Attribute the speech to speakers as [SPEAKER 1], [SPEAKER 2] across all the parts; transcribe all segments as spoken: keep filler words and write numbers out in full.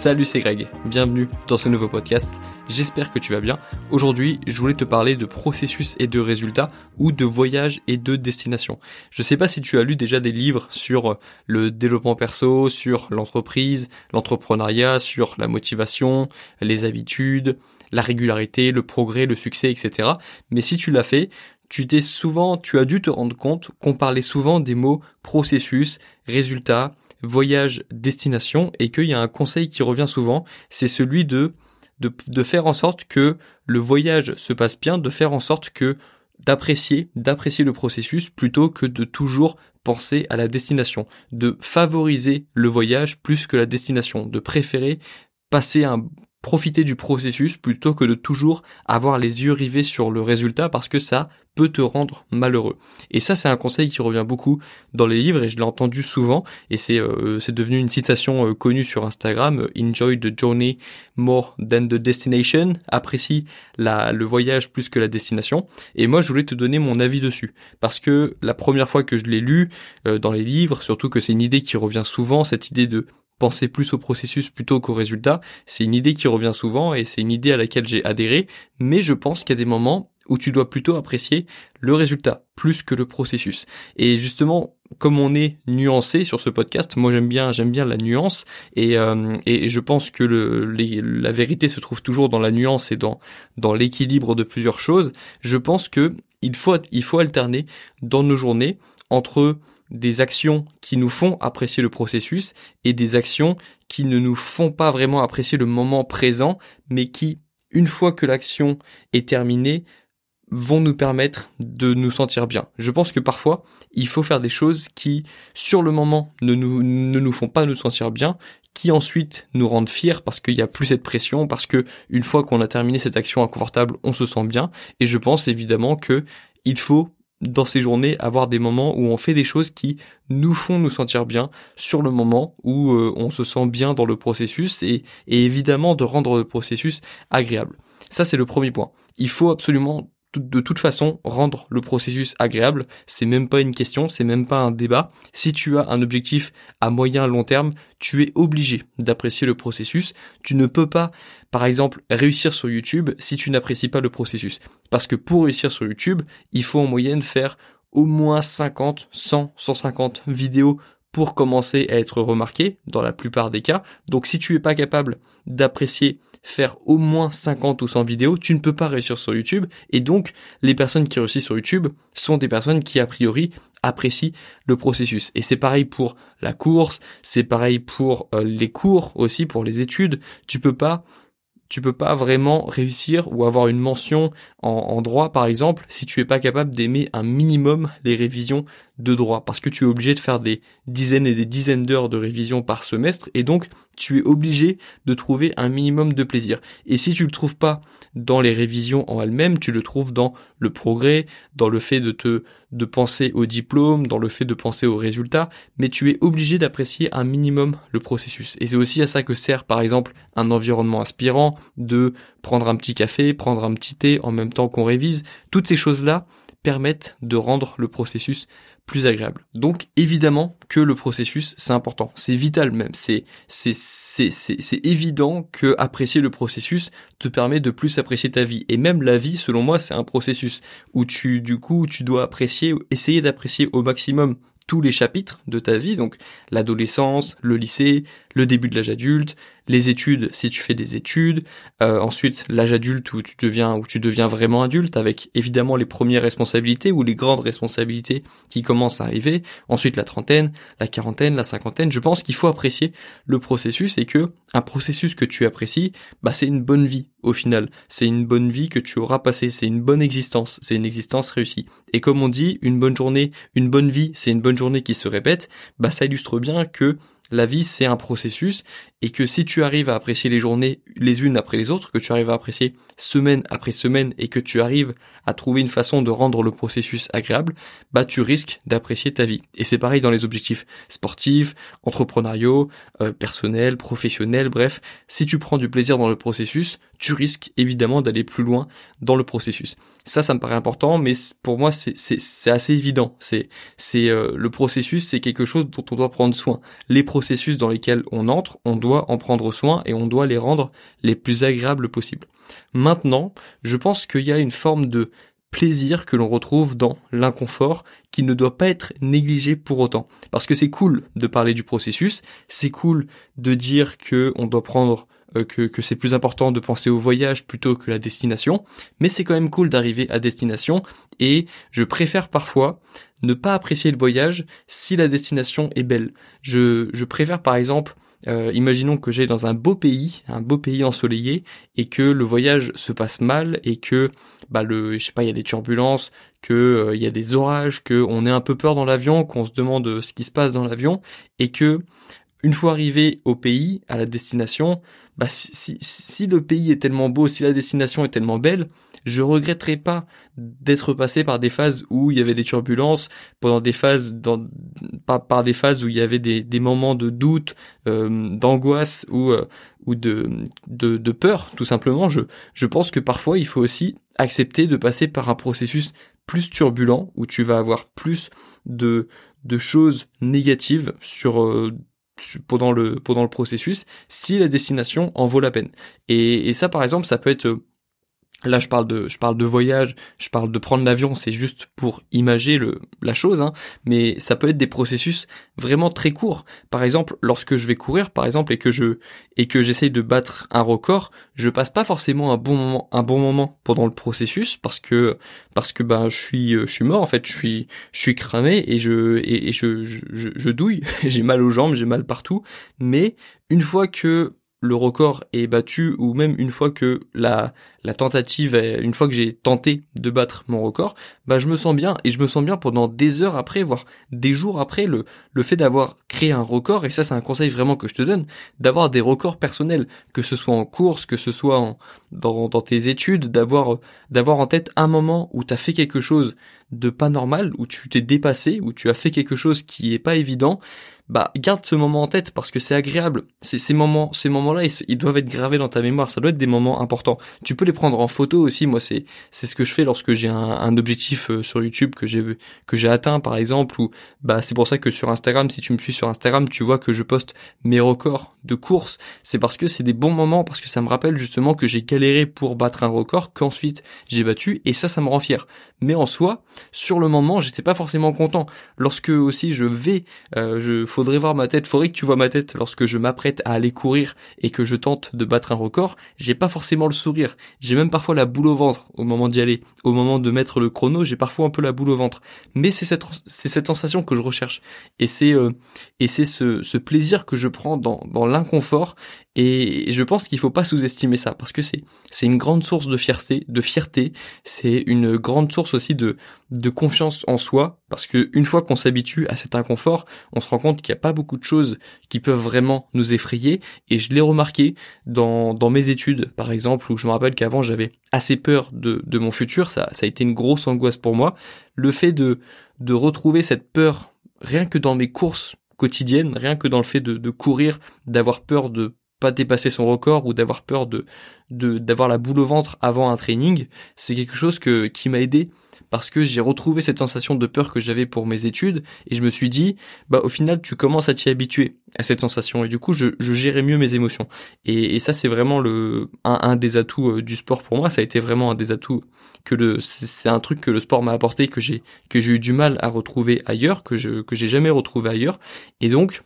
[SPEAKER 1] Salut, c'est Greg, bienvenue dans ce nouveau podcast, j'espère que tu vas bien. Aujourd'hui, je voulais te parler de processus et de résultats ou de voyage et de destination. Je sais pas si tu as lu déjà des livres sur le développement perso, sur l'entreprise, l'entrepreneuriat, sur la motivation, les habitudes, la régularité, le progrès, le succès, et cetera. Mais si tu l'as fait, tu t'es souvent, tu as dû te rendre compte qu'on parlait souvent des mots processus, résultats, voyage, destination, et qu'il y a un conseil qui revient souvent, c'est celui de, de, de faire en sorte que le voyage se passe bien, de faire en sorte que d'apprécier, d'apprécier le processus plutôt que de toujours penser à la destination, de favoriser le voyage plus que la destination, de préférer passer un profiter du processus plutôt que de toujours avoir les yeux rivés sur le résultat parce que ça peut te rendre malheureux. Et ça, c'est un conseil qui revient beaucoup dans les livres et je l'ai entendu souvent et c'est euh, c'est devenu une citation euh, connue sur Instagram, Enjoy the journey more than the destination, apprécie la, le voyage plus que la destination. Et moi, je voulais te donner mon avis dessus parce que la première fois que je l'ai lu euh, dans les livres, surtout que c'est une idée qui revient souvent, cette idée de penser plus au processus plutôt qu'au résultat, c'est une idée qui revient souvent et c'est une idée à laquelle j'ai adhéré, mais je pense qu'il y a des moments où tu dois plutôt apprécier le résultat plus que le processus. Et justement, comme on est nuancé sur ce podcast, moi j'aime bien j'aime bien la nuance et euh, et je pense que le les, la vérité se trouve toujours dans la nuance et dans dans l'équilibre de plusieurs choses. Je pense que il faut il faut alterner dans nos journées entre des actions qui nous font apprécier le processus et des actions qui ne nous font pas vraiment apprécier le moment présent, mais qui, une fois que l'action est terminée, vont nous permettre de nous sentir bien. Je pense que parfois, il faut faire des choses qui, sur le moment, ne nous, ne nous font pas nous sentir bien, qui ensuite nous rendent fiers parce qu'il n'y a plus cette pression, parce que une fois qu'on a terminé cette action inconfortable, on se sent bien. Et je pense évidemment que il faut dans ces journées, avoir des moments où on fait des choses qui nous font nous sentir bien sur le moment, où euh, on se sent bien dans le processus et, et évidemment de rendre le processus agréable. Ça, c'est le premier point. Il faut absolument de toute façon rendre le processus agréable, c'est même pas une question, c'est même pas un débat. Si tu as un objectif à moyen long terme, tu es obligé d'apprécier le processus. Tu ne peux pas, par exemple, réussir sur YouTube si tu n'apprécies pas le processus. Parce que pour réussir sur YouTube, il faut en moyenne faire au moins cinquante, cent, cent cinquante vidéos pour commencer à être remarqué dans la plupart des cas. Donc si tu es pas capable d'apprécier faire au moins cinquante ou cent vidéos, tu ne peux pas réussir sur YouTube. Et donc, les personnes qui réussissent sur YouTube sont des personnes qui, a priori, apprécient le processus. Et c'est pareil pour la course, c'est pareil pour euh, les cours aussi, pour les études. Tu peux pas, tu peux pas vraiment réussir ou avoir une mention en, en droit, par exemple, si tu es pas capable d'aimer un minimum les révisions de droit, parce que tu es obligé de faire des dizaines et des dizaines d'heures de révision par semestre, et donc tu es obligé de trouver un minimum de plaisir. Et si tu le trouves pas dans les révisions en elles-mêmes, tu le trouves dans le progrès, dans le fait de te de penser au diplôme, dans le fait de penser aux résultats, mais tu es obligé d'apprécier un minimum le processus. Et c'est aussi à ça que sert par exemple un environnement inspirant, de prendre un petit café, prendre un petit thé en même temps qu'on révise. Toutes ces choses-là permettent de rendre le processus plus agréable. Donc évidemment que le processus c'est important, c'est vital même, c'est c'est c'est c'est c'est évident que apprécier le processus te permet de plus apprécier ta vie et même la vie selon moi c'est un processus où tu du coup tu dois apprécier essayer d'apprécier au maximum tous les chapitres de ta vie, donc l'adolescence, le lycée, le début de l'âge adulte, les études si tu fais des études, euh, ensuite l'âge adulte où tu deviens où tu deviens vraiment adulte avec évidemment les premières responsabilités ou les grandes responsabilités qui commencent à arriver, ensuite la trentaine, la quarantaine, la cinquantaine. Je pense qu'il faut apprécier le processus et que un processus que tu apprécies, bah c'est une bonne vie au final, c'est une bonne vie que tu auras passée, c'est une bonne existence, c'est une existence réussie. Et comme on dit, une bonne journée, une bonne vie, c'est une bonne journée qui se répète, bah ça illustre bien que la vie, c'est un processus et que si tu arrives à apprécier les journées les unes après les autres, que tu arrives à apprécier semaine après semaine et que tu arrives à trouver une façon de rendre le processus agréable, bah tu risques d'apprécier ta vie. Et c'est pareil dans les objectifs sportifs, entrepreneuriaux, euh, personnels, professionnels, bref, si tu prends du plaisir dans le processus, tu risques évidemment d'aller plus loin dans le processus. Ça, ça me paraît important, mais pour moi, c'est c'est c'est assez évident. C'est c'est euh, le processus, c'est quelque chose dont on doit prendre soin. Les processus dans lesquels on entre, on doit en prendre soin et on doit les rendre les plus agréables possibles. Maintenant, je pense qu'il y a une forme de plaisir que l'on retrouve dans l'inconfort qui ne doit pas être négligé pour autant. Parce que c'est cool de parler du processus, c'est cool de dire que on doit prendre euh, que, que c'est plus important de penser au voyage plutôt que la destination, mais c'est quand même cool d'arriver à destination et je préfère parfois ne pas apprécier le voyage si la destination est belle. Je, je préfère par exemple Euh, imaginons que j'ai dans un beau pays, un beau pays ensoleillé, et que le voyage se passe mal, et que, bah le, je sais pas, il y a des turbulences, que euh, il y a des orages, que on ait un peu peur dans l'avion, qu'on se demande ce qui se passe dans l'avion, et que une fois arrivé au pays, à la destination, bah si, si, si le pays est tellement beau, si la destination est tellement belle, je regretterai pas d'être passé par des phases où il y avait des turbulences, pendant des phases, dans, par, par des phases où il y avait des, des moments de doute, euh, d'angoisse ou euh, ou de, de de peur, tout simplement. Je je pense que parfois il faut aussi accepter de passer par un processus plus turbulent où tu vas avoir plus de de choses négatives sur euh, pendant le pendant le processus si la destination en vaut la peine. Et, et ça par exemple ça peut être euh, là je parle de je parle de voyage, je parle de prendre l'avion, c'est juste pour imager le la chose hein, mais ça peut être des processus vraiment très courts. Par exemple, lorsque je vais courir par exemple et que je et que j'essaye de battre un record, je passe pas forcément un bon moment un bon moment pendant le processus parce que parce que ben je suis je suis mort en fait, je suis je suis cramé et je et, et je, je je je douille, j'ai mal aux jambes, j'ai mal partout, mais une fois que le record est battu ou même une fois que la la tentative est, une fois que j'ai tenté de battre mon record, bah je me sens bien et je me sens bien pendant des heures après, voire des jours après. Le le fait d'avoir créé un record, et ça c'est un conseil vraiment que je te donne, d'avoir des records personnels, que ce soit en course, que ce soit en dans dans tes études, d'avoir d'avoir en tête un moment où tu as fait quelque chose de pas normal, où tu t'es dépassé, où tu as fait quelque chose qui est pas évident. Bah garde ce moment en tête parce que c'est agréable. C'est ces moments, ces moments-là, ils, ils doivent être gravés dans ta mémoire. Ça doit être des moments importants. Tu peux les prendre en photo aussi. Moi, c'est c'est ce que je fais lorsque j'ai un, un objectif euh, sur YouTube que j'ai que j'ai atteint, par exemple. Ou bah c'est pour ça que sur Instagram, si tu me suis sur Instagram, tu vois que je poste mes records de course. C'est parce que c'est des bons moments, parce que ça me rappelle justement que j'ai galéré pour battre un record, qu'ensuite j'ai battu, et ça, ça me rend fier. Mais en soi, sur le moment, j'étais pas forcément content. Lorsque aussi je vais, euh, je faudrait voir ma tête, faudrait que tu vois ma tête lorsque je m'apprête à aller courir et que je tente de battre un record, j'ai pas forcément le sourire, j'ai même parfois la boule au ventre au moment d'y aller, au moment de mettre le chrono, j'ai parfois un peu la boule au ventre, mais c'est cette c'est cette sensation que je recherche et c'est euh, et c'est ce ce plaisir que je prends dans dans l'inconfort, et je pense qu'il faut pas sous-estimer ça parce que c'est c'est une grande source de fierté, de fierté, c'est une grande source aussi de de confiance en soi, parce que une fois qu'on s'habitue à cet inconfort, on se rend compte qu'il n'y a pas beaucoup de choses qui peuvent vraiment nous effrayer, et je l'ai remarqué dans dans mes études, par exemple, où je me rappelle qu'avant j'avais assez peur de de mon futur, ça ça a été une grosse angoisse pour moi, le fait de de retrouver cette peur rien que dans mes courses quotidiennes, rien que dans le fait de de courir, d'avoir peur de pas dépasser son record ou d'avoir peur de de d'avoir la boule au ventre avant un training, c'est quelque chose que qui m'a aidé parce que j'ai retrouvé cette sensation de peur que j'avais pour mes études et je me suis dit bah au final tu commences à t'y habituer à cette sensation et du coup je je gérais mieux mes émotions et et ça c'est vraiment le un un des atouts euh, du sport pour moi, ça a été vraiment un des atouts que le c'est, c'est un truc que le sport m'a apporté, que j'ai que j'ai eu du mal à retrouver ailleurs, que je que j'ai jamais retrouvé ailleurs, et donc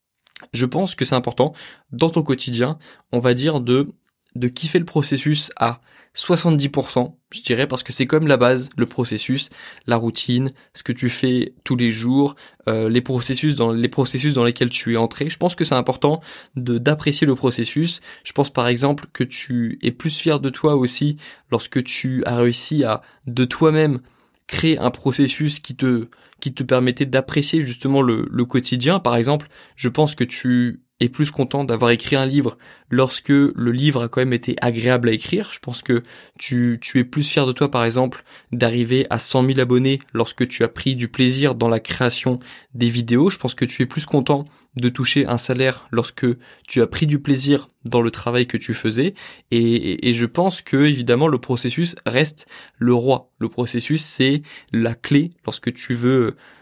[SPEAKER 1] je pense que c'est important dans ton quotidien, on va dire de de kiffer le processus à soixante-dix pour cent, je dirais, parce que c'est comme la base, le processus, la routine, ce que tu fais tous les jours, euh, les processus dans les processus dans lesquels tu es entré. Je pense que c'est important de d'apprécier le processus. Je pense par exemple que tu es plus fier de toi aussi lorsque tu as réussi à de toi-même créer un processus qui te qui te permettait d'apprécier justement le, le quotidien. Par exemple, je pense que tu es plus content d'avoir écrit un livre lorsque le livre a quand même été agréable à écrire. Je pense que tu, tu es plus fier de toi, par exemple, d'arriver à cent mille abonnés lorsque tu as pris du plaisir dans la création des vidéos. Je pense que tu es plus content de toucher un salaire lorsque tu as pris du plaisir dans le travail que tu faisais. Et, et, et je pense que, évidemment, le processus reste le roi. Le processus, c'est la clé lorsque tu veux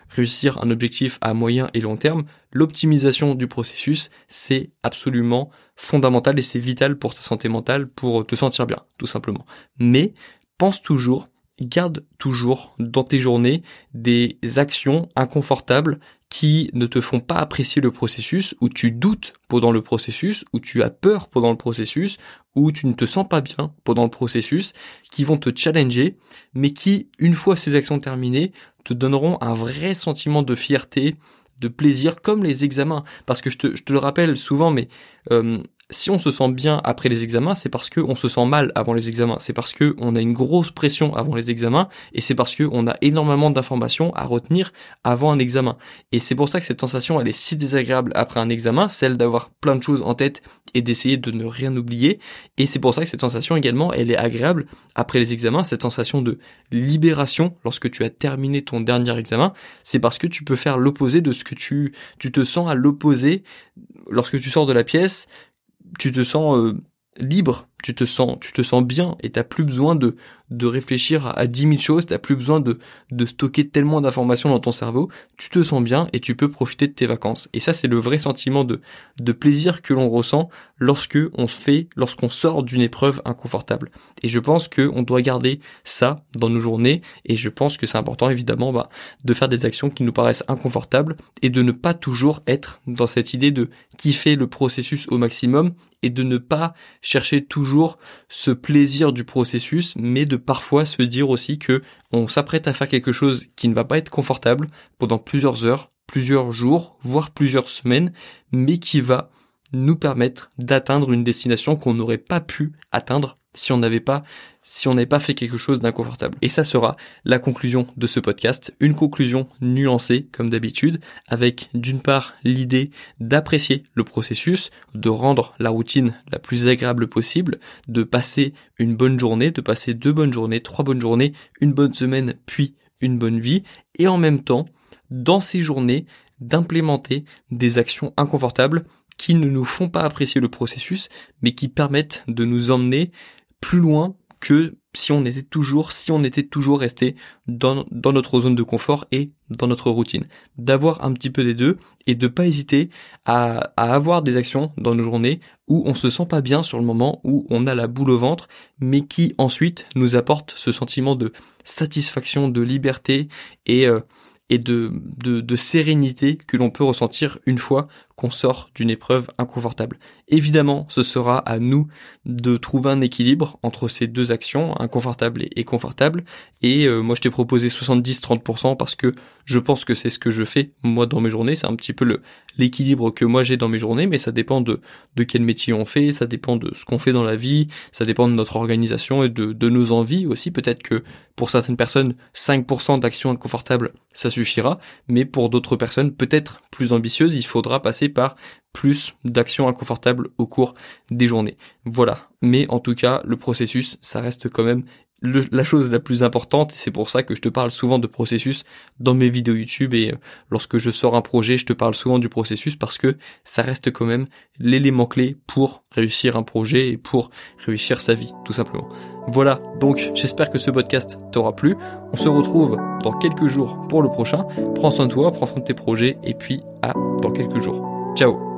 [SPEAKER 1] réussir un objectif à moyen et long terme, l'optimisation du processus, c'est absolument fondamental et c'est vital pour ta santé mentale, pour te sentir bien, tout simplement. Mais pense toujours, garde toujours dans tes journées des actions inconfortables qui ne te font pas apprécier le processus, où tu doutes pendant le processus, où tu as peur pendant le processus, où tu ne te sens pas bien pendant le processus, qui vont te challenger, mais qui, une fois ces actions terminées, te donneront un vrai sentiment de fierté, de plaisir, comme les examens. Parce que je te, je te le rappelle souvent, mais euh, si on se sent bien après les examens, c'est parce que on se sent mal avant les examens. C'est parce que on a une grosse pression avant les examens, et c'est parce que on a énormément d'informations à retenir avant un examen. Et c'est pour ça que cette sensation, elle est si désagréable après un examen, celle d'avoir plein de choses en tête et d'essayer de ne rien oublier. Et c'est pour ça que cette sensation également, elle est agréable après les examens, cette sensation de libération lorsque tu as terminé ton dernier examen. C'est parce que tu peux faire l'opposé de ce que tu, tu te sens à l'opposé lorsque tu sors de la pièce. Tu te sens euh, libre, tu te sens, tu te sens bien et t'as plus besoin de de réfléchir à, à dix mille choses, t'as plus besoin de de stocker tellement d'informations dans ton cerveau. Tu te sens bien et tu peux profiter de tes vacances. Et ça, c'est le vrai sentiment de de plaisir que l'on ressent lorsque on se fait, lorsqu'on sort d'une épreuve inconfortable. Et je pense que on doit garder ça dans nos journées. Et je pense que c'est important, évidemment, bah, de faire des actions qui nous paraissent inconfortables et de ne pas toujours être dans cette idée de kiffer le processus au maximum et de ne pas chercher toujours ce plaisir du processus, mais de parfois se dire aussi que on s'apprête à faire quelque chose qui ne va pas être confortable pendant plusieurs heures, plusieurs jours, voire plusieurs semaines, mais qui va nous permettre d'atteindre une destination qu'on n'aurait pas pu atteindre si on n'avait pas, si on n'avait pas fait quelque chose d'inconfortable. Et ça sera la conclusion de ce podcast, une conclusion nuancée comme d'habitude, avec d'une part l'idée d'apprécier le processus, de rendre la routine la plus agréable possible, de passer une bonne journée, de passer deux bonnes journées, trois bonnes journées, une bonne semaine, puis une bonne vie, et en même temps, dans ces journées, d'implémenter des actions inconfortables qui ne nous font pas apprécier le processus, mais qui permettent de nous emmener plus loin que si on était toujours, si on était toujours resté dans, dans notre zone de confort et dans notre routine. D'avoir un petit peu des deux et de pas hésiter à, à avoir des actions dans nos journées où on se sent pas bien sur le moment, où on a la boule au ventre, mais qui ensuite nous apportent ce sentiment de satisfaction, de liberté et, euh, et de, de, de sérénité que l'on peut ressentir une fois qu'on sort d'une épreuve inconfortable. Évidemment, ce sera à nous de trouver un équilibre entre ces deux actions, inconfortable et, et confortable. Et euh, moi, je t'ai proposé soixante-dix à trente pour cent parce que je pense que c'est ce que je fais, moi, dans mes journées. C'est un petit peu le l'équilibre que moi j'ai dans mes journées, mais ça dépend de, de quel métier on fait, ça dépend de ce qu'on fait dans la vie, ça dépend de notre organisation et de, de nos envies aussi. Peut-être que pour certaines personnes, cinq pour cent d'actions inconfortables, ça suffira, mais pour d'autres personnes, peut-être plus ambitieuses, il faudra passer par plus d'actions inconfortables au cours des journées. Voilà. Mais en tout cas, le processus, ça reste quand même le, la chose la plus importante, et c'est pour ça que je te parle souvent de processus dans mes vidéos YouTube, et lorsque je sors un projet, je te parle souvent du processus parce que ça reste quand même l'élément clé pour réussir un projet et pour réussir sa vie, tout simplement. Voilà, donc j'espère que ce podcast t'aura plu. On se retrouve dans quelques jours pour le prochain. Prends soin de toi, prends soin de tes projets, et puis à dans quelques jours. Ciao.